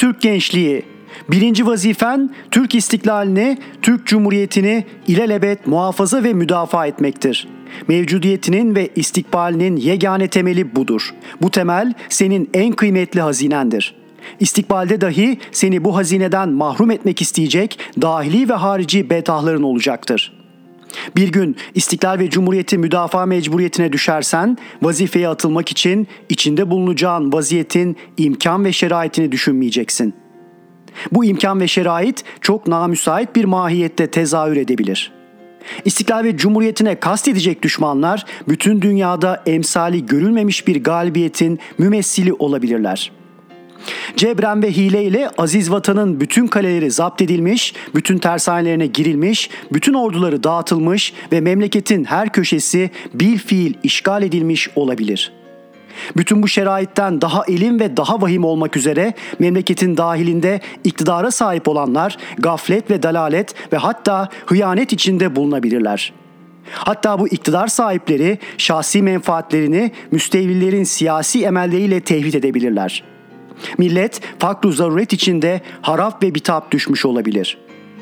Türk gençliği, birinci vazifen Türk istiklalini, Türk Cumhuriyeti'ni ilelebet muhafaza ve müdafaa etmektir. Mevcudiyetinin ve istikbalinin yegane temeli budur. Bu temel senin en kıymetli hazinendir. İstikbalde dahi seni bu hazineden mahrum etmek isteyecek dahili ve harici betahların olacaktır. Bir gün istiklal ve cumhuriyeti müdafaa mecburiyetine düşersen, vazifeye atılmak için içinde bulunacağın vaziyetin imkan ve şeraitini düşünmeyeceksin. Bu imkan ve şerait çok namüsait bir mahiyette tezahür edebilir. İstiklal ve cumhuriyetine kastedecek düşmanlar bütün dünyada emsali görülmemiş bir galibiyetin mümessili olabilirler. Cebren ve hileyle aziz vatanın bütün kaleleri zapt edilmiş, bütün tersanelerine girilmiş, bütün orduları dağıtılmış ve memleketin her köşesi bilfiil işgal edilmiş olabilir. Bütün bu şeraitten daha elim ve daha vahim olmak üzere memleketin dahilinde iktidara sahip olanlar gaflet ve dalalet ve hatta hıyanet içinde bulunabilirler. Hatta bu iktidar sahipleri şahsi menfaatlerini müstevlilerin siyasi emelleriyle tevhid edebilirler. Millet fakr-ı zaruret içinde harap ve bitap düşmüş olabilir.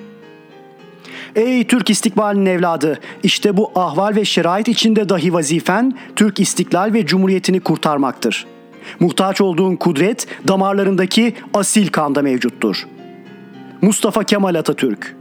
Ey Türk istikbalinin evladı, işte bu ahval ve şerait içinde dahi vazifen Türk istiklal ve cumhuriyetini kurtarmaktır. Muhtaç olduğun kudret damarlarındaki asil kanda mevcuttur. Mustafa Kemal Atatürk.